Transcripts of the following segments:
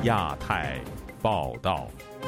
亚太报道。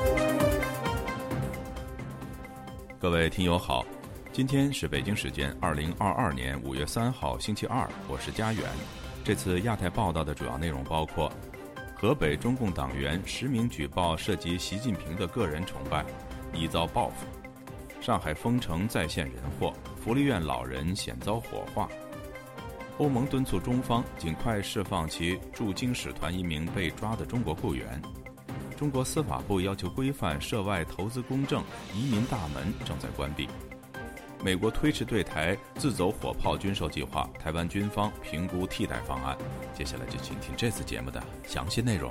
各位听友好，今天是北京时间2022年5月3号星期二，我是家园。这次亚太报道的主要内容包括：河北中共党员实名举报涉及习近平的个人崇拜，疑遭报复；上海封城再现人祸，福利院老人险遭火化；欧盟敦促中方尽快释放其驻京使团一名被抓的中国雇员；中国司法部要求规范涉外投资公证，移民大门正在关闭；美国推迟对台自走火炮军售计划，台湾军方评估替代方案。接下来就请听这次节目的详细内容。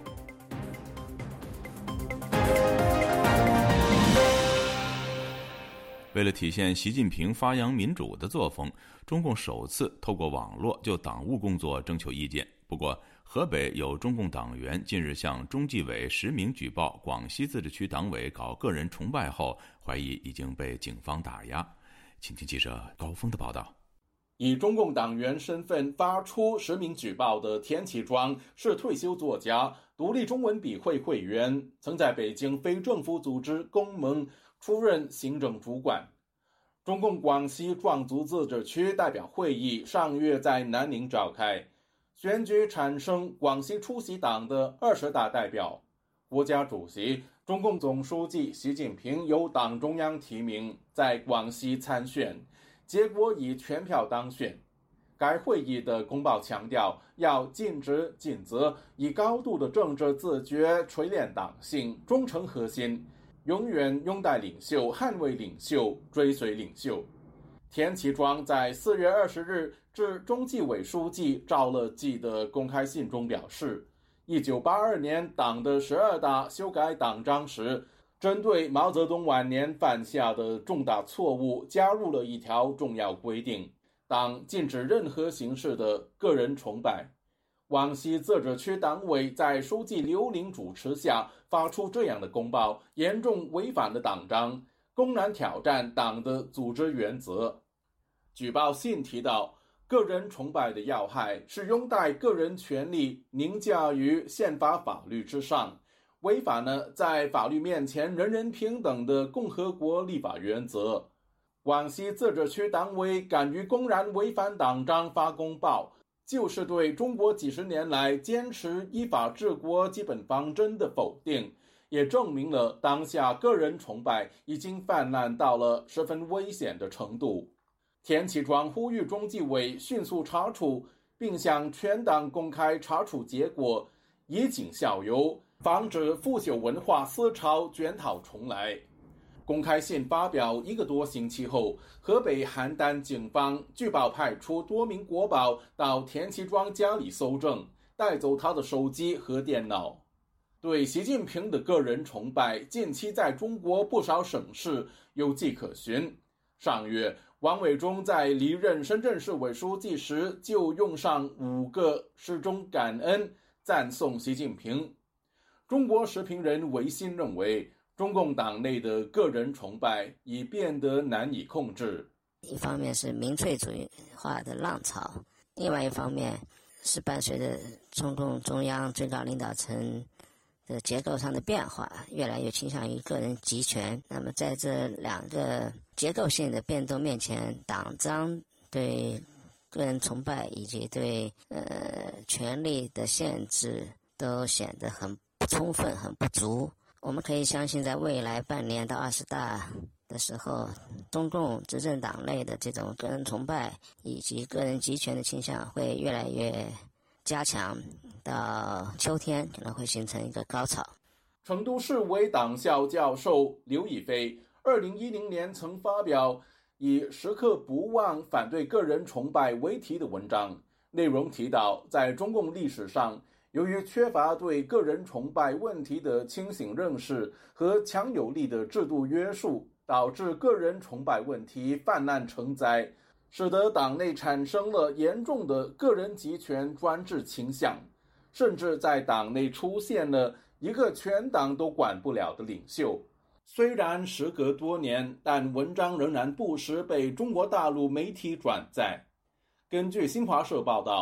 为了体现习近平发扬民主的作风，中共首次透过网络就党务工作征求意见。不过，河北有中共党员近日向中纪委实名举报广西自治区党委搞个人崇拜后，怀疑已经被警方打压。请听记者高峰的报道。 以中共党员身份发出实名举报的田启庄是退休作家、独立中文笔会会员，曾在北京非政府组织公盟出任行政主管。中共广西壮族自治区代表会议上月在南宁召开，选举产生广西出席党的20大代表。国家主席、中共总书记习近平由党中央提名，在广西参选，结果以全票当选。该会议的公报强调，要尽职尽责，以高度的政治自觉锤炼党性，忠诚核心，永远拥戴领袖，捍卫领袖，追随领袖。田启庄在4月20日致中纪委书记赵乐际的公开信中表示，1982年党的12大修改党章时，针对毛泽东晚年犯下的重大错误，加入了一条重要规定：党禁止任何形式的个人崇拜。广西自治区党委在书记刘玲主持下发出这样的公报，严重违反了党章，公然挑战党的组织原则。举报信提到，个人崇拜的要害是拥戴个人权利凌驾于宪法法律之上，违反了在法律面前人人平等的共和国立法原则。广西自治区党委敢于公然违反党章发公报，就是对中国几十年来坚持依法治国基本方针的否定，也证明了当下个人崇拜已经泛滥到了十分危险的程度。田启庄呼吁中纪委迅速查处，并向全党公开查处结果，以儆效尤，防止腐朽文化思潮卷土重来。公开信发表1个多星期后，河北邯郸警方据报派出多名国保到田启庄家里搜证，带走他的手机和电脑。对习近平的个人崇拜，近期在中国不少省市有迹可循。上月，王伟忠在离任深圳市委书记时就用上5个始终感恩赞颂习近平。中国时评人维新认为，中共党内的个人崇拜已变得难以控制。 一方面是民粹主义化的浪潮，另外一方面是伴随着中共中央最高领导层的结构上的变化，越来越倾向于个人集权。那么在这2个结构性的变动面前，党章对个人崇拜以及对权力的限制都显得很不充分、很不足。我们可以相信，在未来半年到20大的时候，中共执政党内的这种个人崇拜以及个人集权的倾向会越来越加强，到秋天可能会形成一个高潮。 成都市委党校教授刘亦菲2010年曾发表以时刻不忘反对个人崇拜为题的文章，内容提到，在中共历史上，由于缺乏对个人崇拜问题的清醒认识和强有力的制度约束，导致个人崇拜问题泛滥成灾，使得党内产生了严重的个人集权专制倾向，甚至在党内出现了一个全党都管不了的领袖。虽然时隔多年，但文章仍然不时被中国大陆媒体转载。根据新华社报道，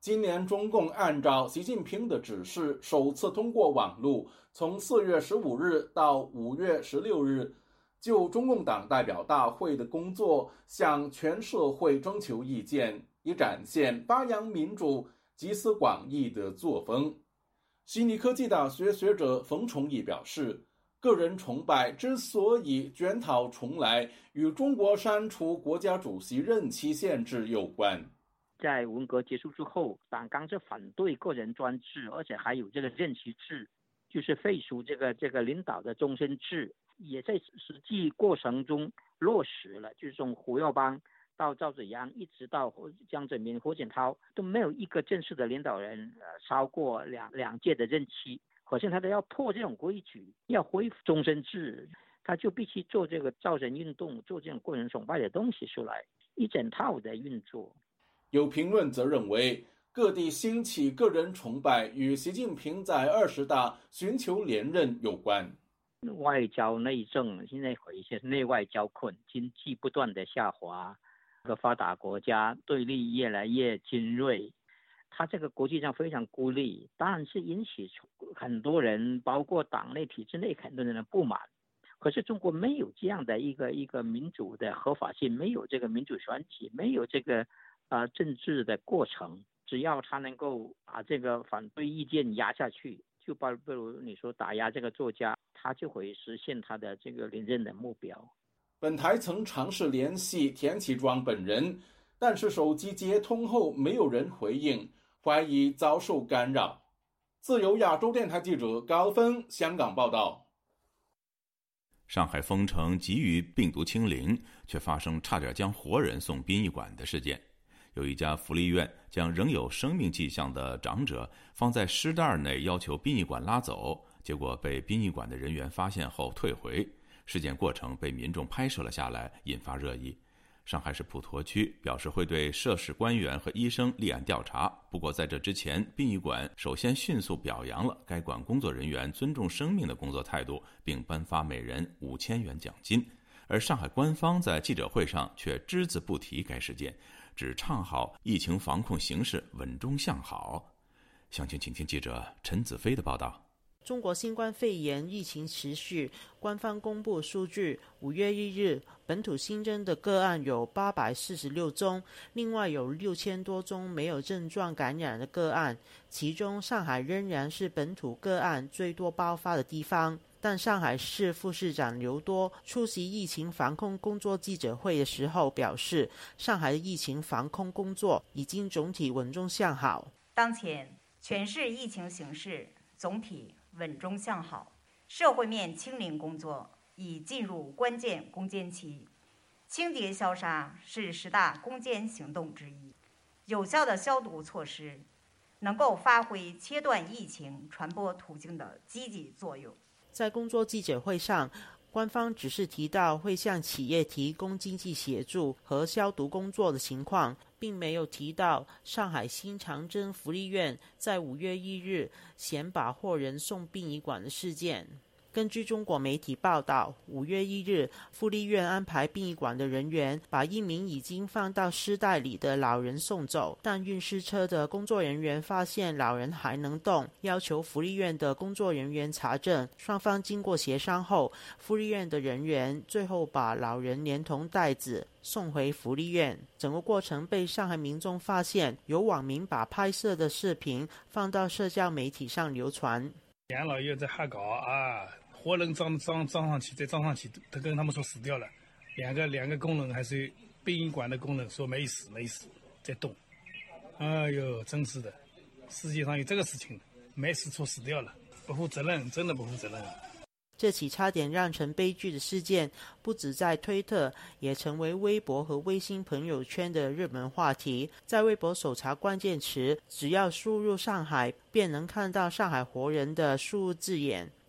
今年中共按照习近平的指示，首次通过网络，从4月15日到5月16日，就中共党代表大会的工作向全社会征求意见，以展现发扬民主、集思广益的作风。悉尼科技大学学者冯崇义表示，个人崇拜之所以卷土重来，与中国删除国家主席任期限制有关。 在文革结束之后，党刚是反对个人专制，而且还有这个任期制，就是废除这个领导的终身制，也在实际过程中落实了，就是从胡耀邦到赵紫阳，一直到江泽民、胡锦涛，都没有一个正式的领导人超过两届的任期。可是他都要破这种规矩，要恢复终身制，他就必须做这个造神运动，做这种个人崇拜的东西出来，一整套的运作。 有评论则认为，各地兴起个人崇拜与习近平在20大寻求连任有关。 外交内政现在有一些内外交困，经济不断的下滑，和发达国家对立越来越尖锐，他这个国际上非常孤立，当然是引起很多人，包括党内体制内很多人的不满。可是中国没有这样的一个民主的合法性，没有这个民主选举，没有这个政治的过程，只要他能够把这个反对意见压下去，就不如你说打压这个作家，他就会实现他的这个连任的目标。 本台曾尝试联系田启庄本人，但是手机接通后没有人回应，怀疑遭受干扰。自由亚洲电台记者高峰香港报道。 上海封城急于病毒清零，却发生差点将活人送殡仪馆的事件。有一家福利院将仍有生命迹象的长者放在尸袋内，要求殡仪馆拉走，结果被殡仪馆的人员发现后退回。事件过程被民众拍摄了下来，引发热议。上海市普陀区表示会对涉事官员和医生立案调查，不过在这之前，殡仪馆首先迅速表扬了该馆工作人员尊重生命的工作态度，并颁发每人5000元奖金。而上海官方在记者会上却只字不提该事件，只唱好疫情防控形势稳中向好。详情请听记者陈子飞的报道。 中国新冠肺炎疫情持续，官方公布数据，5月1日本土新增的个案有846宗，另外有6000多宗没有症状感染的个案，其中上海仍然是本土个案最多爆发的地方。但上海市副市长刘多出席疫情防控工作记者会的时候表示，上海的疫情防控工作已经总体稳中向好。 当前全市疫情形势总体稳中向好，社会面清零工作已进入关键攻坚期，清洁消杀是10大攻坚行动之一。有效的消毒措施能够发挥切断疫情传播途径的积极作用。 在工作记者会上，官方只是提到会向企业提供经济协助和消毒工作的情况，并没有提到上海新长征福利院在5月1日嫌把货人送殡仪馆的事件。根据中国媒体报道，5月1日，福利院安排殡仪馆的人员把一名已经放到尸袋里的老人送走，但运尸车的工作人员发现老人还能动，要求福利院的工作人员查证。双方经过协商后，福利院的人员最后把老人连同袋子送回福利院。整个过程被上海民众发现，有网民把拍摄的视频放到社交媒体上流传。 杨老爷在瞎搞啊！活人装上去，再装上去，他跟他们说死掉了。两个工人还是殡仪馆的工人说没死，在动。哎呦，真是的，世界上有这个事情，没死错死掉了，不负责任，真的不负责任。 这起差点酿成悲剧的事件，不止在推特，也成为微博和微信朋友圈的热门话题。在微博搜查关键词，只要输入上海，便能看到上海活人的输入字眼。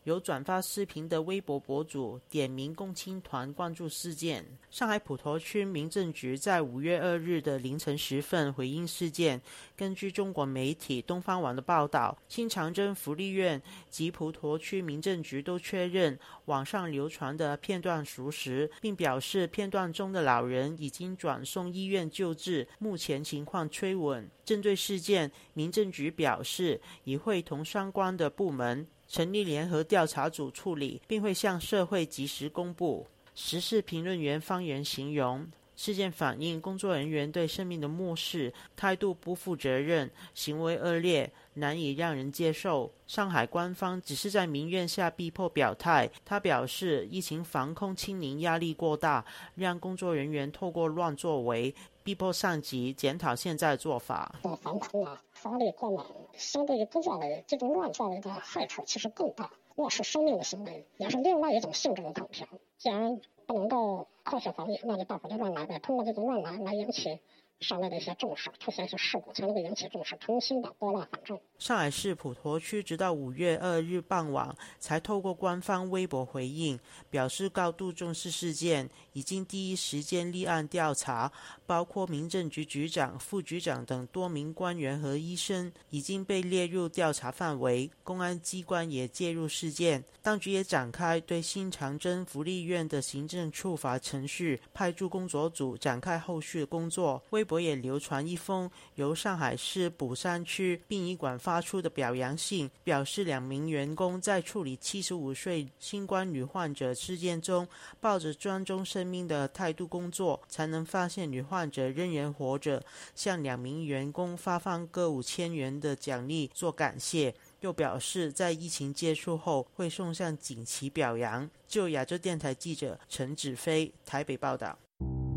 有转发视频的微博博主点名共青团关注事件。上海普陀区民政局在5月2日的凌晨时分回应事件。根据中国媒体东方网的报道，新长征福利院及普陀区民政局都确认网上流传的片段属实，并表示片段中的老人已经转送医院救治，目前情况趋稳。针对事件，民政局表示已会同相关的部门成立联合调查组处理，并会向社会及时公布。时事评论员方源形容，事件反映工作人员对生命的漠视，态度不负责任，行为恶劣，难以让人接受。上海官方只是在民怨下逼迫表态。他表示，疫情防控清零压力过大，让工作人员透过乱作为逼迫上级检讨现在做法。 防控法律过猛，相对于不作为，这种乱作为的害处其实更大。漠视生命的行为也是另外一种性质的躺平。既然不能够科学防疫，那就大伙就乱来呗，通过这种乱来引起上来的一些重视，出现一些事故才能够引起重视，重新的拨乱反正。 上海市普陀区直到5月2日傍晚才透过官方微博回应，表示高度重视事件，已经第一时间立案调查，包括民政局局长、副局长等多名官员和医生已经被列入调查范围，公安机关也介入事件，当局也展开对新长征福利院的行政处罚程序，派驻工作组展开后续的工作。微博也流传一封由上海市卜山区殡仪馆发出的表扬信，表示2名员工在处理75岁新冠女患者事件中，抱着尊重生命的态度工作，才能发现女患者仍然活着，向2名员工发放各5000元的奖励做感谢。又表示在疫情结束后会送上锦旗表扬。就亚洲电台记者陈子飞台北报道。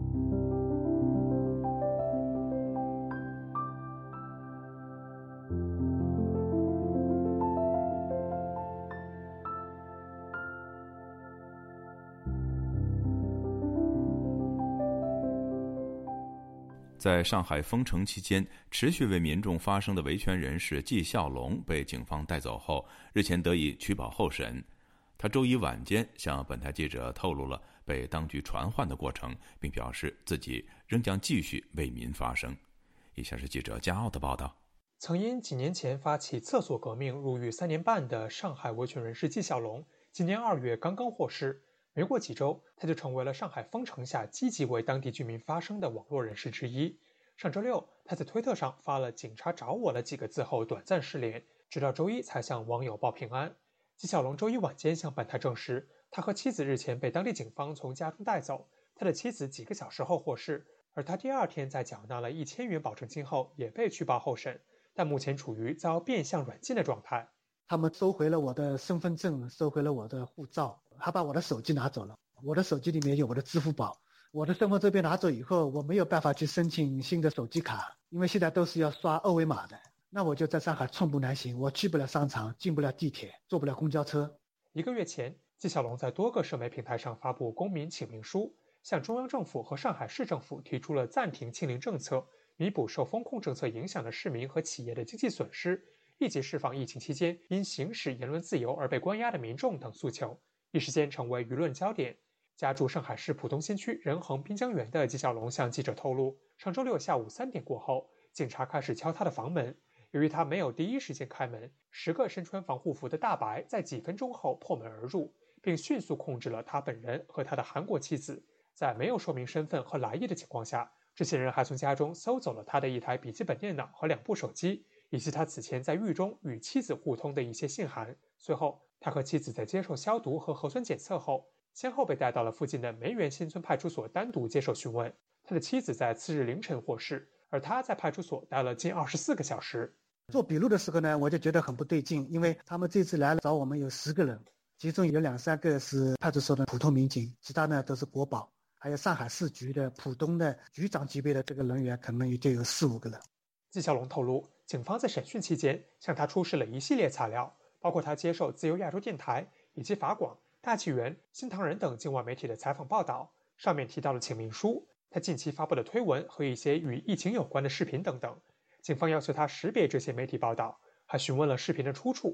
在上海封城期间，持续为民众发声的维权人士纪孝龙被警方带走后，日前得以取保候审。他周一晚间向本台记者透露了被当局传唤的过程，并表示自己仍将继续为民发声。以下是记者加奥的报道。 曾因几年前发起厕所革命入狱3年半的上海维权人士纪孝龙，今年2月刚刚获释。没过几周，他就成为了上海封城下积极为当地居民发声的网络人士之一。上周六，他在推特上发了"警察找我了"几个字后短暂失联，直到周一才向网友报平安。纪晓龙周一晚间向本台证实，他和妻子日前被当地警方从家中带走，他的妻子几个小时后获释，而他第2天在缴纳了1000元保证金后也被取保候审，但目前处于遭变相软禁的状态。 他们收回了我的身份证，收回了我的护照，还把我的手机拿走了。我的手机里面有我的支付宝，我的身份证被拿走以后，我没有办法去申请新的手机卡，因为现在都是要刷2维码的。那我就在上海寸步难行，我去不了商场，进不了地铁，坐不了公交车。 1个月前，纪晓龙在多个社媒平台上发布公民请命书，向中央政府和上海市政府提出了暂停清零政策，弥补受风控政策影响的市民和企业的经济损失，立即释放疫情期间因行使言论自由而被关押的民众等诉求，一时间成为舆论焦点。家住上海市浦东新区仁恒滨江园的纪晓龙向记者透露，上周六下午3点过后，警察开始敲他的房门。由于他没有第一时间开门，10个身穿防护服的大白在几分钟后破门而入，并迅速控制了他本人和他的韩国妻子。在没有说明身份和来意的情况下，这些人还从家中搜走了他的1台笔记本电脑和2部手机，以及他此前在狱中与妻子互通的一些信函。随后，他和妻子在接受消毒和核酸检测后，先后被带到了附近的梅园新村派出所单独接受询问。他的妻子在次日凌晨获释，而他在派出所待了近24个小时。 做笔录的时候呢，我就觉得很不对劲，因为他们这次来了找我们有10个人，其中有2-3个是派出所的普通民警，其他呢都是国保，还有上海市局的浦东的局长级别的这个人员，可能也就有4-5个人。 纪晓龙透露，警方在审讯期间向他出示了一系列材料，包括他接受自由亚洲电台以及法广、大纪元、新唐人等境外媒体的采访报道，上面提到了请命书、他近期发布的推文和一些与疫情有关的视频等等。警方要求他识别这些媒体报道，还询问了视频的出处。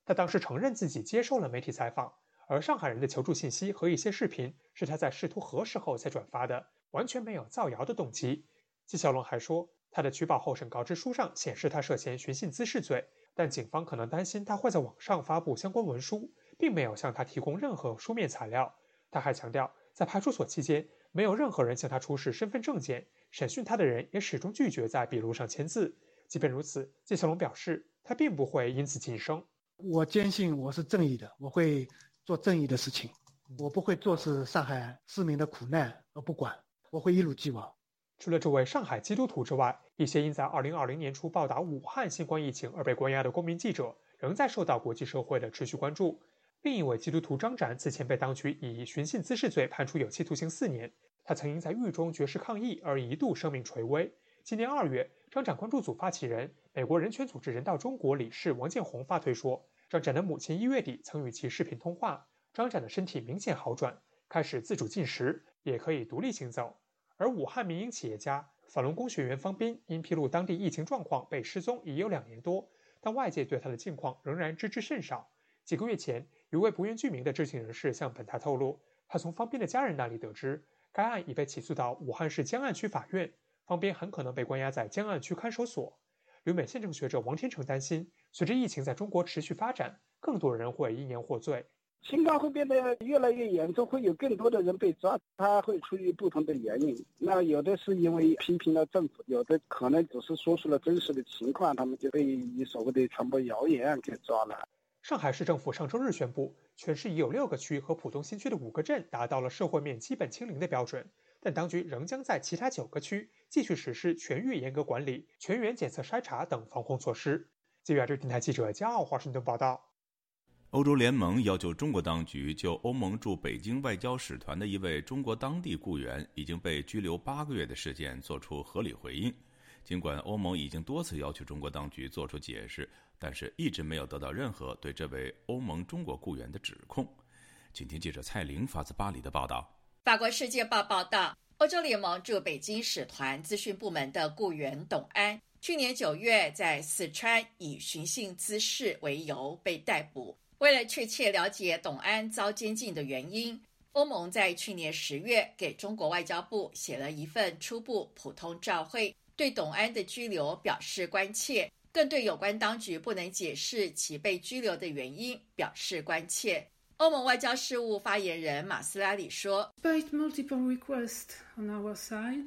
他当时承认自己接受了媒体采访，而上海人的求助信息和一些视频是他在试图核实后才转发的，完全没有造谣的动机。纪晓龙还说，他的取保候审告知书上显示他涉嫌寻衅滋事罪，但警方可能担心他会在网上发布相关文书，并没有向他提供任何书面材料。他还强调，在派出所期间，没有任何人向他出示身份证件，审讯他的人也始终拒绝在笔录上签字。即便如此，纪晓龙表示，他并不会因此晋升。 我坚信我是正义的，我会做正义的事情，我不会坐视上海市民的苦难而不管，我会一如既往。 除了这位上海基督徒之外，一些因在2020年初报道武汉新冠疫情而被关押的公民记者仍在受到国际社会的持续关注。另一位基督徒张展此前被当局以寻衅滋事罪判处有期徒刑4年，他曾因在狱中绝食抗议而一度生命垂危。今年2月，张展关注组发起人、美国人权组织人道中国理事王建宏发推说，张展的母亲1月底曾与其视频通话，张展的身体明显好转，开始自主进食，也可以独立行走。而武汉民营企业家法轮功学员方斌因披露当地疫情状况被失踪已有2年多，但外界对他的近况仍然知之甚少。几个月前，有位不愿具名的知情人士向本台透露，他从方斌的家人那里得知，该案已被起诉到武汉市江岸区法院，方斌很可能被关押在江岸区看守所。留美宪政学者王天成担心，随着疫情在中国持续发展，更多人会因言获罪。 情况会变得越来越严重，会有更多的人被抓，他会出于不同的原因。那有的是因为批评了政府，有的可能只是说出了真实的情况，他们就被以所谓的传播谣言给抓了。 上海市政府上周日宣布，全市已有6个区和浦东新区的5个镇达到了社会面基本清零的标准，但当局仍将在其他9个区继续实施全域严格管理、全员检测筛查等防控措施。记者电台记者加奥华盛顿报道。 欧洲联盟要求中国当局就欧盟驻北京外交使团的一位中国当地雇员已经被拘留8个月的事件做出合理回应。尽管欧盟已经多次要求中国当局做出解释，但是一直没有得到任何对这位欧盟中国雇员的指控。请听记者蔡玲发自巴黎的报道。 法国《世界报》报道，欧洲联盟驻北京使团资讯部门的雇员董安，去年9月在四川以寻衅滋事为由被逮捕。为了确切了解董安遭监禁的原因，欧盟在去年10月给中国外交部写了一份初步普通照会，对董安的拘留表示关切，更对有关当局不能解释其被拘留的原因表示关切。欧盟外交事务发言人马斯拉里说， Despite multiple requests on our side,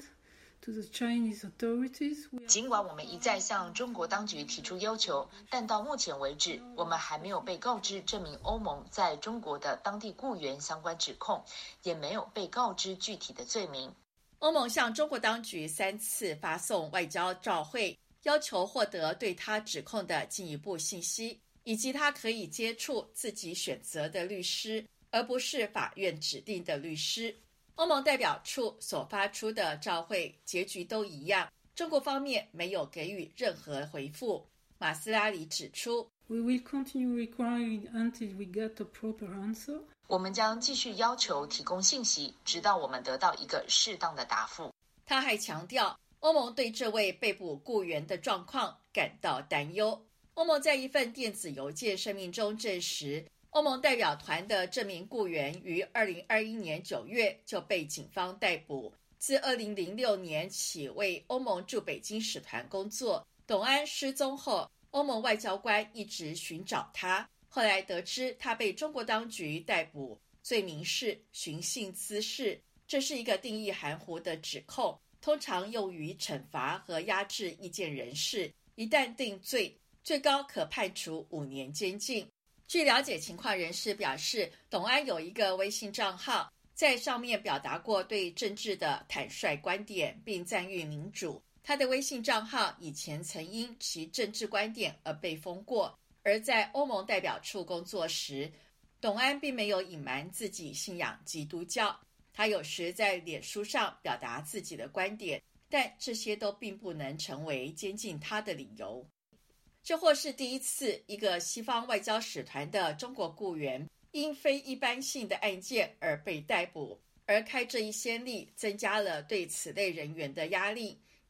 尽管我们一再向中国当局提出要求，但到目前为止，我们还没有被告知这名欧盟在中国的当地雇员相关指控，也没有被告知具体的罪名。 欧盟向中国当局3次发送外交照会，要求获得对他指控的进一步信息，以及他可以接触自己选择的律师，而不是法院指定的律师。欧盟代表处所发出的照会结局都一样，中国方面没有给予任何回复。马斯拉里指出， We will continue requiring until we get a proper answer. 我们将继续要求提供信息，直到我们得到一个适当的答复。 他还强调，欧盟对这位被捕雇员的状况感到担忧。欧盟在一份电子邮件声明中证实，欧盟代表团的这名雇员于2021年9月就被警方逮捕，自2006年起为欧盟驻北京使团工作。董安失踪后，欧盟外交官一直寻找他，后来得知他被中国当局逮捕，罪名是寻衅滋事。这是一个定义含糊的指控，通常用于惩罚和压制意见人士，一旦定罪，最高可判处5年监禁。据了解情况人士表示，董安有一个微信账号，在上面表达过对政治的坦率观点，并赞誉民主。他的微信账号以前曾因其政治观点而被封过，而在欧盟代表处工作时，董安并没有隐瞒自己信仰基督教。他有时在脸书上表达自己的观点，但这些都并不能成为监禁他的理由。这或是第一次一个西方外交使团的中国雇员因非一般性的案件而被逮捕，而开这一先例增加了对此类人员的压力，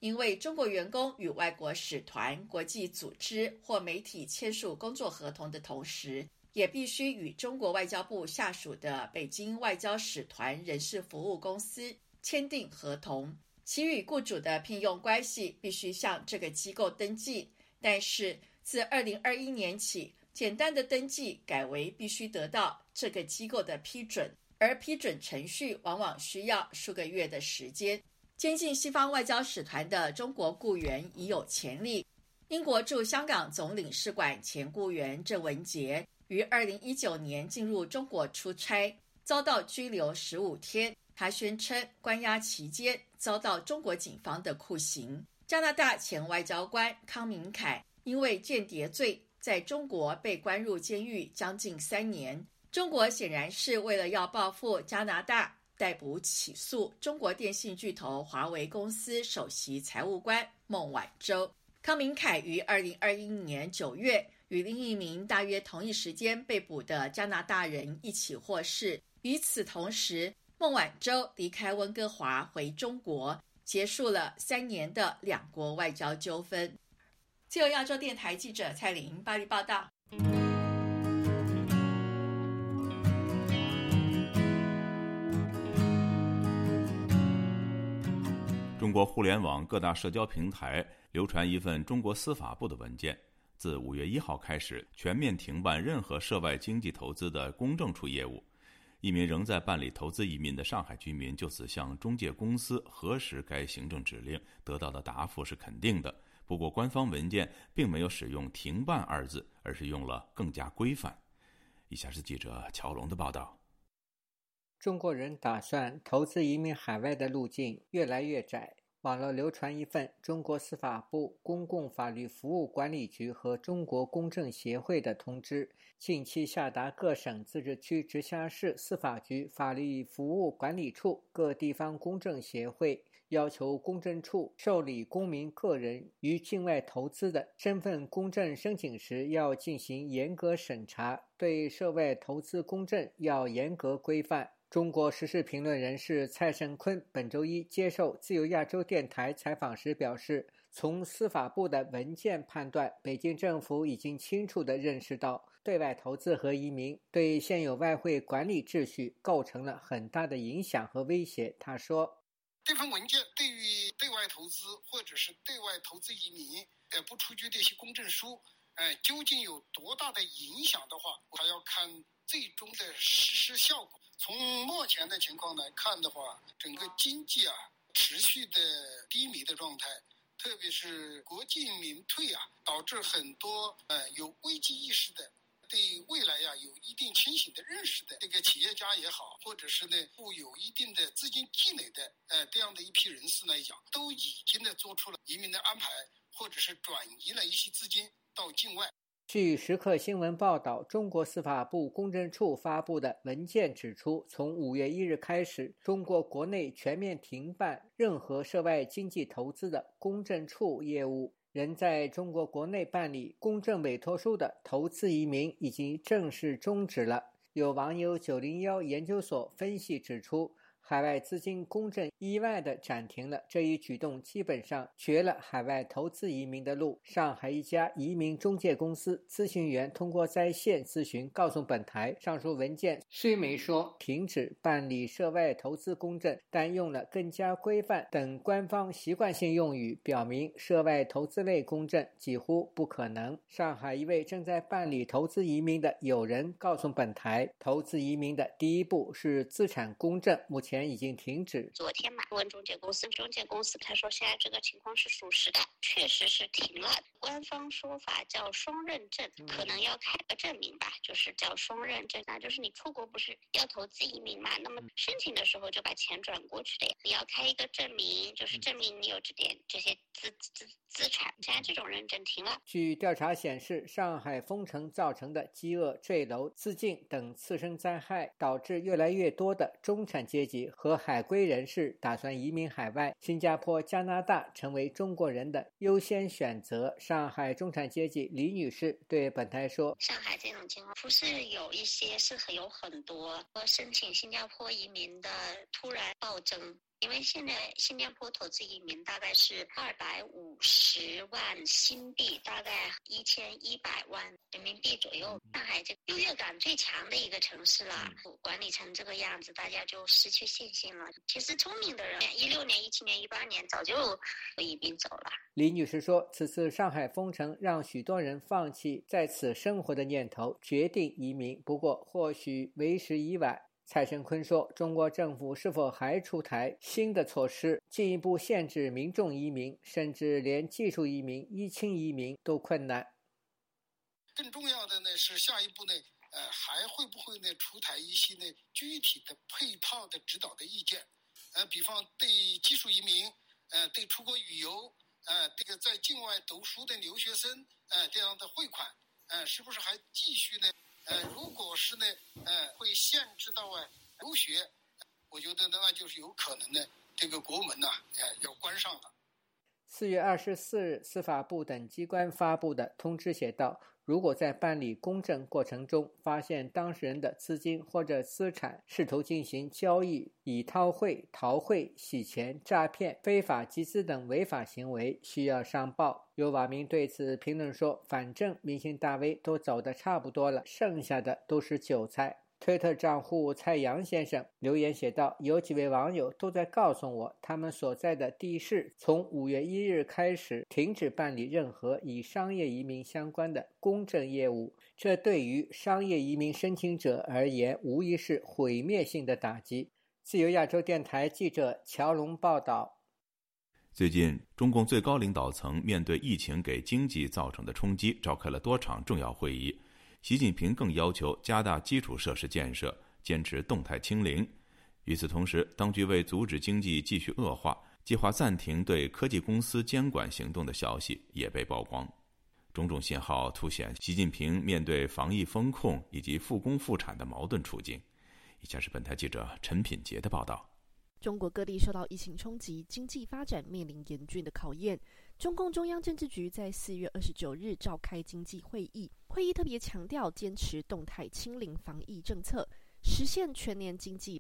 因为中国员工与外国使团、国际组织或媒体签署工作合同的同时，也必须与中国外交部下属的北京外交使团人事服务公司签订合同，其与雇主的聘用关系必须向这个机构登记。但是自2021年起，简单的登记改为必须得到这个机构的批准，而批准程序往往需要数个月的时间。监禁西方外交使团的中国雇员已有前例。英国驻香港总领事馆前雇员郑文杰于2019年进入中国出差，遭到拘留15天。他宣称关押期间遭到中国警方的酷刑。加拿大前外交官康明凯因为间谍罪在中国被关入监狱将近3年。中国显然是为了要报复加拿大，逮捕起诉中国电信巨头华为公司首席财务官孟晚舟。康明凯于2021年9月与另一名大约同一时间被捕的加拿大人一起获释。与此同时，孟晚舟离开温哥华回中国，结束了3年的两国外交纠纷。自由亚洲电台记者蔡玲巴黎报道。 中国互联网各大社交平台流传一份中国司法部的文件，自5月1号开始全面停办任何涉外经济投资的公证处业务。一名仍在办理投资移民的上海居民就此向中介公司核实该行政指令，得到的答复是肯定的。不过官方文件并没有使用停办2字，而是用了更加规范。以下是记者乔龙的报道。 中国人打算投资移民海外的路径越来越窄。网络流传一份中国司法部公共法律服务管理局和中国公证协会的通知，近期下达各省、自治区、直辖市司法局、法律服务管理处、各地方公证协会，要求公证处受理公民个人于境外投资的身份公证申请时要进行严格审查，对涉外投资公证要严格规范。中国时事评论人士蔡胜坤本周一接受自由亚洲电台采访时表示，从司法部的文件判断，北京政府已经清楚地认识到对外投资和移民对现有外汇管理秩序构成了很大的影响和威胁。他说， 这份文件对于对外投资或者是对外投资移民不出具这些公证书究竟有多大的影响的话，还要看最终的实施效果。从目前的情况来看的话，整个经济持续的低迷的状态，特别是国进民退导致很多有危机意识的，对未来有一定清醒的认识的这个企业家也好，或者是有一定的资金积累的这样的一批人士来讲，都已经做出了移民的安排，或者是转移了一些资金到境外。 据时刻新闻报道，中国司法部公证处发布的文件指出，从5月1日开始，中国国内全面停办任何涉外经济投资的公证处业务。仍在中国国内办理公证委托书的投资移民已经正式终止了。有网友901研究所分析指出，海外资金公证意外地暂停了，这一举动基本上绝了海外投资移民的路。上海一家移民中介公司咨询员通过在线咨询告诉本台，上述文件虽没说停止办理涉外投资公证，但用了更加规范等官方习惯性用语，表明涉外投资类公证几乎不可能。上海一位正在办理投资移民的友人告诉本台，投资移民的第一步是资产公证，目前已经停止。 昨天问中介公司他说现在这个情况是属实的，确实是停了。官方说法叫双认证，可能要开个证明吧，就是叫双认证。那就是你出国不是要投资移民嘛，那么申请的时候就把钱转过去的呀，你要开一个证明，就是证明你有这些资产。现在这种认证停了。 据调查显示，上海封城造成的饥饿、坠楼、自尽等次生灾害，导致越来越多的中产阶级和海归人士打算移民海外。新加坡、加拿大成为中国人的优先选择。上海中产阶级李女士对本台说， 上海这种情况不是有一些，是有很多申请新加坡移民的突然暴增， 因为现在新加坡投资移民大概是250万新币，大概1100万人民币左右。上海这优越感最强的一个城市了，管理成这个样子，大家就失去信心了。其实聪明的人，16年、17年、18年早就移民走了。 李女士说，此次上海封城让许多人放弃在此生活的念头，决定移民，不过或许为时已晚。蔡胜坤说，中国政府是否还出台新的措施，进一步限制民众移民，甚至连技术移民、疫情移民都困难。 更重要的呢是下一步呢，还会不会呢出台一些呢具体的配套的指导的意见？比方对技术移民，对出国旅游，这个在境外读书的留学生，这样的汇款，是不是还继续呢？如果是呢，会限制到留学，我觉得那就是有可能呢，这个国门要关上了。 4月24日，司法部等机关发布的通知写道，如果在办理公证过程中发现当事人的资金或者资产试图进行交易，以掏汇、逃汇、洗钱、诈骗、非法集资等违法行为，需要上报。有网民对此评论说，反正明星大 V 都走得差不多了，剩下的都是韭菜。推特账户蔡阳先生留言写道，有几位网友都在告诉我，他们所在的地市从5月1日开始停止办理任何与商业移民相关的公证业务，这对于商业移民申请者而言无疑是毁灭性的打击。自由亚洲电台记者乔龙报道。 最近，中共最高领导层面对疫情给经济造成的冲击，召开了多场重要会议。习近平更要求加大基础设施建设，坚持动态清零。与此同时，当局为阻止经济继续恶化，计划暂停对科技公司监管行动的消息也被曝光。种种信号凸显习近平面对防疫风控以及复工复产的矛盾处境。以下是本台记者陈品杰的报道。 中国各地受到疫情冲击，经济发展面临严峻的考验。中共中央政治局在4月29日召开经济会议，会议特别强调坚持动态清零防疫政策，实现全年经济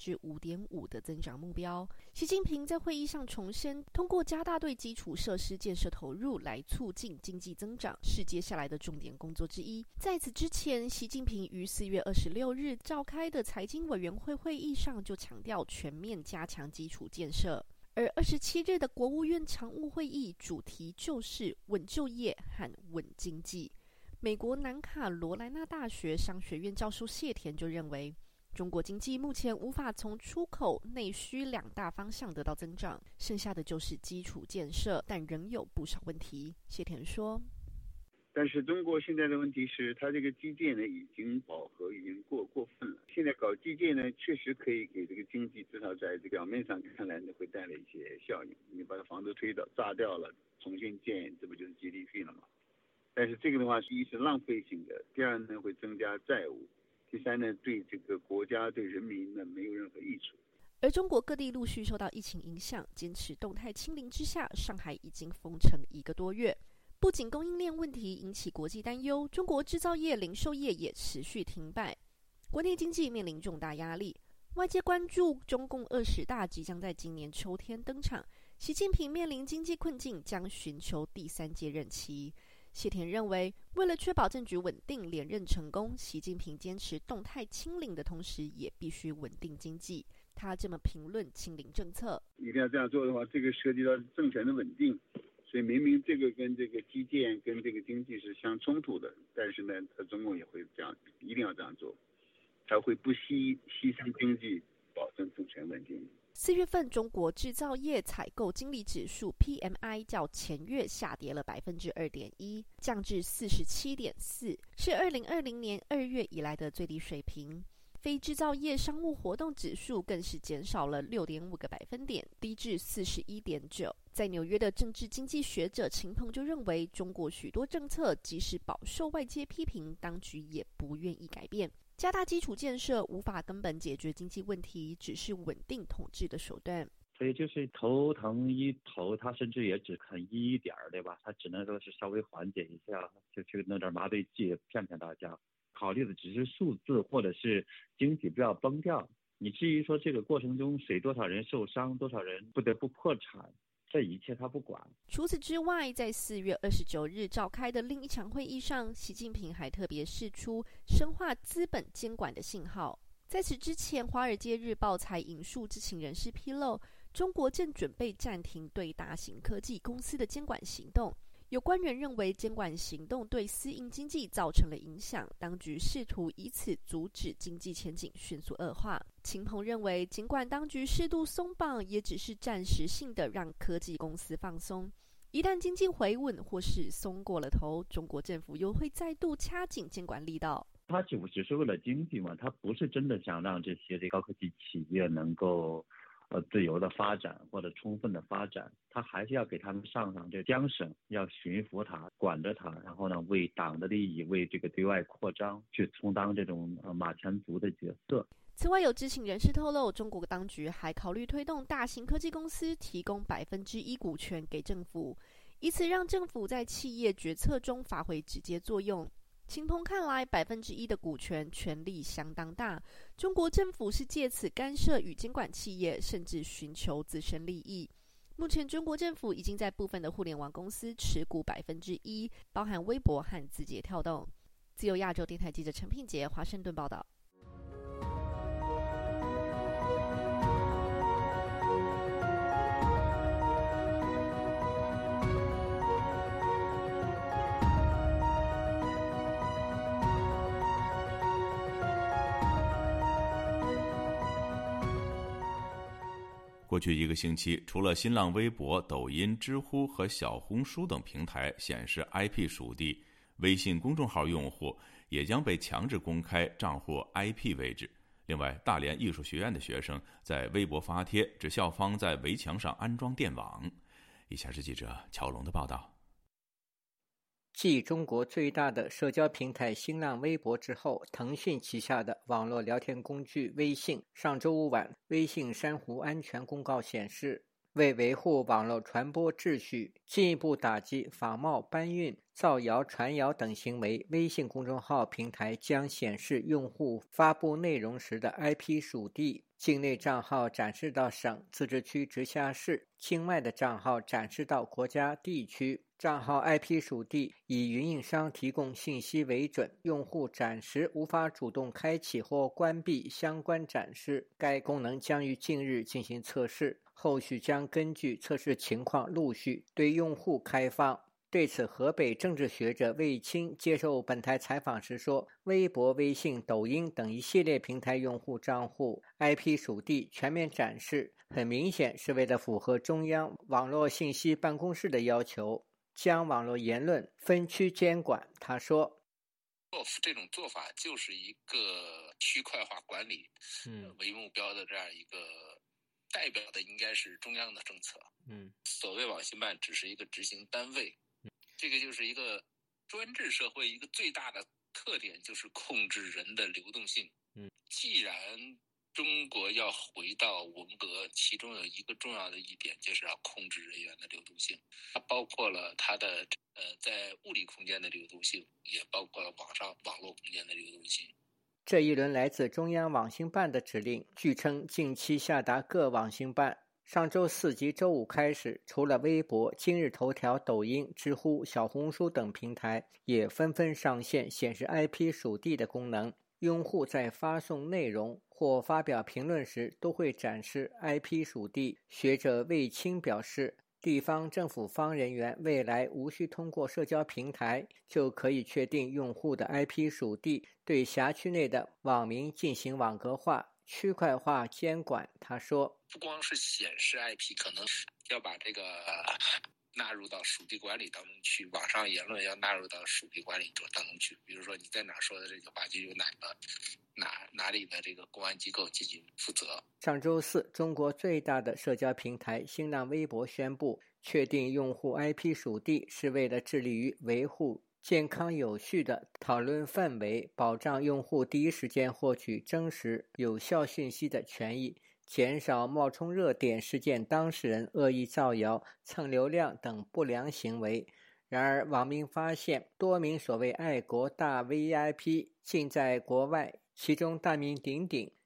5.5% 的增长目标。习近平在会议上重申，通过加大对基础设施建设投入来促进经济增长，是接下来的重点工作之一。在此之前，习近平于4月26日召开的财经委员会会议上就强调全面加强基础建设。而27日的国务院常务会议主题就是稳就业和稳经济。美国南卡罗来纳大学商学院教授谢田就认为，中国经济目前无法从出口、内需两大方向得到增长，剩下的就是基础建设，但仍有不少问题。谢田说， 但是中国现在的问题是，它这个基建呢已经饱和，已经过分了。现在搞基建呢，确实可以给这个经济至少在这个表面上看来呢，会带来一些效应。你把房子推倒、炸掉了，重新建，这不就是 GDP 了吗？但是这个的话，一是浪费性的，第二呢会增加债务，第三呢对这个国家、对人民呢没有任何益处。 而中国各地陆续受到疫情影响，坚持动态清零之下，上海已经封城1个多月。不仅供应链问题引起国际担忧，中国制造业、零售业也持续停摆，国内经济面临重大压力。外界关注中共20大即将在今年秋天登场，习近平面临经济困境，将寻求第3届任期。谢田认为，为了确保政局稳定、连任成功，习近平坚持动态清零的同时，也必须稳定经济。他这么评论清零政策： 一定要这样做的话，这个涉及到政权的稳定。所以明明这个跟这个基建跟这个经济是相冲突的，但是呢，他中共也会这样，一定要这样做，他会不牺牲经济，保证政权稳定。 4月份中国制造业采购经理指数 PMI 较前月下跌了 2.1%， 降至 47.4， 是2020年2月以来的最低水平。非制造业商务活动指数更是减少了 6.5 个百分点，低至 41.9。 在纽约的政治经济学者秦鹏就认为，中国许多政策即使饱受外界批评，当局也不愿意改变。加大基础建设无法根本解决经济问题，只是稳定统治的手段。 所以就是头疼一头，他甚至也只肯一点儿，对吧？他只能说是稍微缓解一下，就去弄点麻醉剂骗骗大家。考虑的只是数字或者是经济不要崩掉， 你至于说这个过程中谁多少人受伤，多少人不得不破产，这一切他不管。 除此之外，在4月29日召开的另一场会议上，习近平还特别释出深化资本监管的信号。在此之前，《华尔街日报》才引述知情人士披露，中国正准备暂停对大型科技公司的监管行动。有官员认为，监管行动对私营经济造成了影响，当局试图以此阻止经济前景迅速恶化。秦鹏认为，尽管当局适度松绑，也只是暂时性的让科技公司放松。一旦经济回稳或是松过了头，中国政府又会再度掐紧监管力道。 他只是为了经济嘛，他不是真的想让这些高科技企业能够自由的发展或者充分的发展，他还是要给他们上这缰绳，要驯服他，管着他，然后呢，为党的利益，为这个对外扩张去充当这种马前卒的角色。 此外，有知情人士透露，中国当局还考虑推动大型科技公司提供1%股权给政府，以此让政府在企业决策中发挥直接作用。秦鹏看来，1%的股权权力相当大，中国政府是借此干涉与监管企业，甚至寻求自身利益。目前，中国政府已经在部分的互联网公司持股1%，包含微博和字节跳动。自由亚洲电台记者陈品杰，华盛顿报道。 过去1个星期，除了新浪微博、抖音、知乎和小红书等平台显示 IP 属地，微信公众号用户也将被强制公开账户 IP 位置。另外，大连艺术学院的学生在微博发帖，指校方在围墙上安装电网。以下是记者乔龙的报道。 继中国最大的社交平台新浪微博之后，腾讯旗下的网络聊天工具微信上周五晚，微信珊瑚安全公告显示，为维护网络传播秩序，进一步打击仿冒、搬运、造谣、传谣等行为，微信公众号平台将显示用户发布内容时的 IP 属地，境内账号展示到省、自治区、直辖市，境外的账号展示到国家、地区。账号 IP 属地以运营商提供信息为准，用户暂时无法主动开启或关闭相关展示。该功能将于近日进行测试，后续将根据测试情况陆续对用户开放。对此，河北政治学者魏青接受本台采访时说，微博、微信、抖音等一系列平台用户账户 IP 属地全面展示，很明显是为了符合中央网络信息办公室的要求，将网络言论分区监管。他说， 这种做法就是一个区块化管理为目标的这样一个，代表的应该是中央的政策。所谓网信办只是一个执行单位，这个就是一个专制社会一个最大的特点，就是控制人的流动性。既然中国要回到文革，其中有一个重要的一点就是要控制人员的流动性，它包括了它的在物理空间的流动性，也包括了网络空间的流动性。 这一轮来自中央网信办的指令，据称近期下达各网信办。上周4及周5开始，除了微博、今日头条、抖音、知乎、小红书等平台也纷纷上线显示 IP 属地的功能，用户在发送内容或发表评论时都会展示 IP 属地。学者魏青表示，地方政府方人员未来无需通过社交平台就可以确定用户的 IP 属地，对辖区内的网民进行网格化、区块化监管。他说， 不光是显示 IP， 可能要把这个纳入到属地管理当中去，网上言论要纳入到属地管理当中去。比如说你在哪说的这句话，就由哪里的这个公安机构进行负责。 上周4，中国最大的社交平台新浪微博宣布，确定用户 IP 属地是为了致力于维护健康有序的讨论氛围，保障用户第一时间获取真实有效信息的权益，减少冒充热点事件当事人恶意造谣、蹭流量等不良行为。然而，网民发现多名所谓爱国大 VIP 竟在国外，其中大名鼎鼎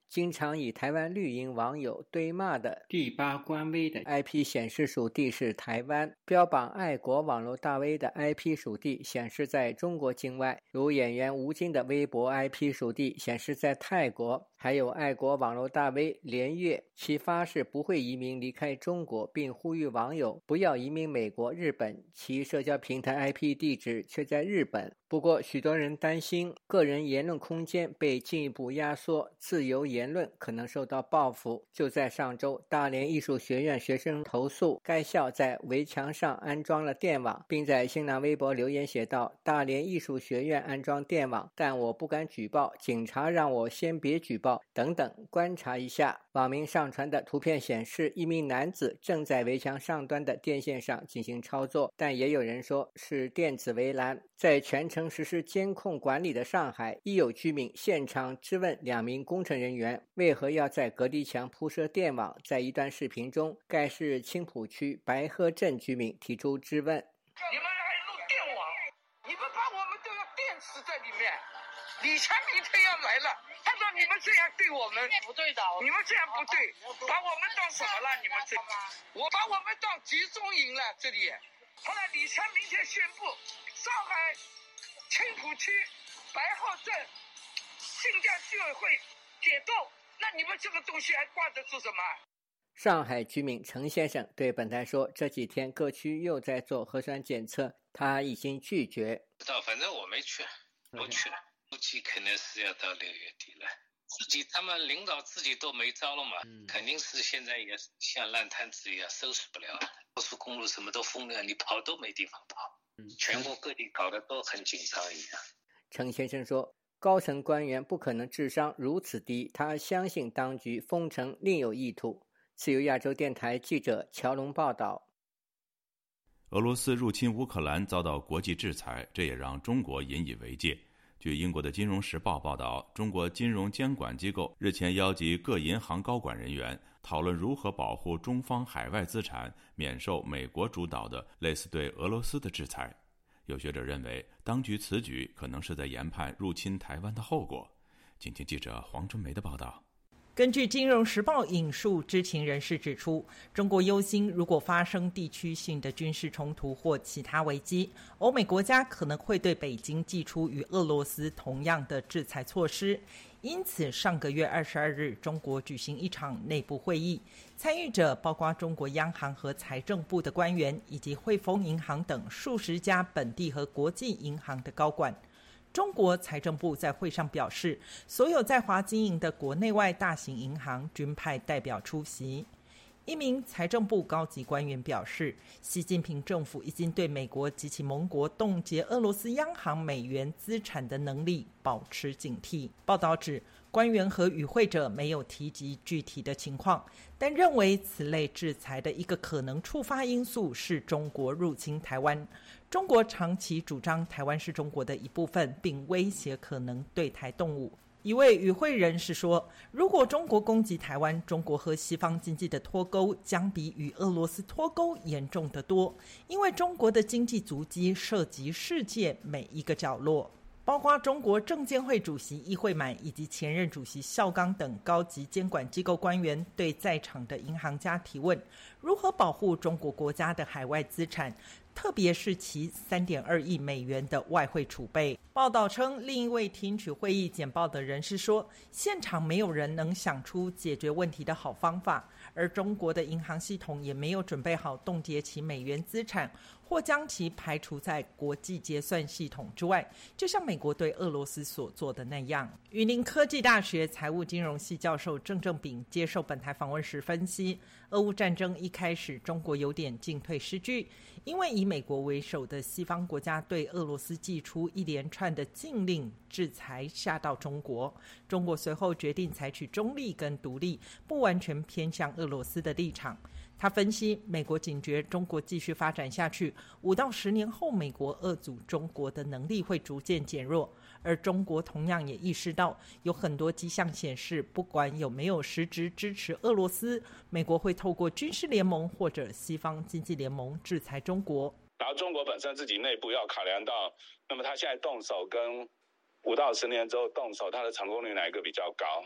经常以台湾绿营网友对骂的第8官微的 IP 显示属地是台湾，标榜爱国网络大 V 的 IP 属地显示在中国境外，如演员吴京的微博 IP 属地显示在泰国，还有爱国网络大 V 连岳，其发誓不会移民离开中国，并呼吁网友不要移民美国、日本，其社交平台 IP 地址却在日本。不过许多人担心个人言论空间被进一步压缩，自由言论可能受到报复。就在上周，大连艺术学院学生投诉该校在围墙上安装了电网，并在新浪微博留言写道：大连艺术学院安装电网，但我不敢举报，警察让我先别举报等等。观察一下网民上传的图片显示，一名男子正在围墙上端的电线上进行操作，但也有人说是电子围栏。在全程实施监控管理的上海，亦有居民现场质问2名工程人员为何要在隔离墙铺设电网。在一段视频中，该市青浦区白河镇居民提出质问： 你们还弄电网，你们把我们都要电死在里面。李强明天要来了，他说你们这样对我们不对的，你们这样不对，把我们当什么了？你们这，我把我们当集中营了这里。后来李强明天宣布，上海青浦区白河镇新疆居委会解冻，那你们这个东西还挂着做什么？ 上海居民陈先生对本台说，这几天各区又在做核酸检测，他已经拒绝。 反正我没去，不去了，估计肯定是要到6月底了。他们领导自己都没招了嘛，肯定是现在也像烂摊子一样收拾不了了。高速公路什么都封了，你跑都没地方跑，全国各地搞得都很紧张一样。 陈先生说，高层官员不可能智商如此低，他相信当局封城另有意图。自由亚洲电台记者乔龙报道。 俄罗斯入侵乌克兰遭到国际制裁，这也让中国引以为戒。据英国的《金融时报》报道，中国金融监管机构日前邀集各银行高管人员讨论如何保护中方海外资产免受美国主导的类似对俄罗斯的制裁。有学者认为，当局此举可能是在研判入侵台湾的后果。请听记者黄春梅的报道。 根据《金融时报》引述知情人士指出，中国忧心如果发生地区性的军事冲突或其他危机，欧美国家可能会对北京祭出与俄罗斯同样的制裁措施。因此，上个月22日，中国举行一场内部会议，参与者包括中国央行和财政部的官员，以及汇丰银行等数十家本地和国际银行的高管。中国财政部在会上表示，所有在华经营的国内外大型银行均派代表出席。一名财政部高级官员表示，习近平政府已经对美国及其盟国冻结俄罗斯央行美元资产的能力保持警惕。报道指，官员和与会者没有提及具体的情况，但认为此类制裁的一个可能触发因素是中国入侵台湾。中国长期主张台湾是中国的一部分，并威胁可能对台动武。一位与会人士说，如果中国攻击台湾，中国和西方经济的脱钩将比与俄罗斯脱钩严重得多，因为中国的经济足迹涉及世界每一个角落。包括中国证监会主席易会满以及前任主席肖钢等高级监管机构官员对在场的银行家提问，如何保护中国国家的海外资产，特别是其3.2亿美元的外汇储备。报道称，另一位听取会议简报的人士说，现场没有人能想出解决问题的好方法，而中国的银行系统也没有准备好冻结其美元资产或将其排除在国际结算系统之外，就像美国对俄罗斯所做的那样。云林科技大学财务金融系教授郑正炳接受本台访问时分析，俄乌战争一开始，中国有点进退失据，因为以美国为首的西方国家对俄罗斯祭出一连串的禁令制裁下到中国，中国随后决定采取中立跟独立，不完全偏向俄罗斯的立场。他分析，美国警觉中国继续发展下去，5到10年后美国遏阻中国的能力会逐渐减弱，而中国同样也意识到有很多迹象显示，不管有没有实质支持俄罗斯，美国会透过军事联盟或者西方经济联盟制裁中国。 然后中国本身自己内部要考量到，那么他现在动手跟5到10年之后动手，他的成功率哪一个比较高？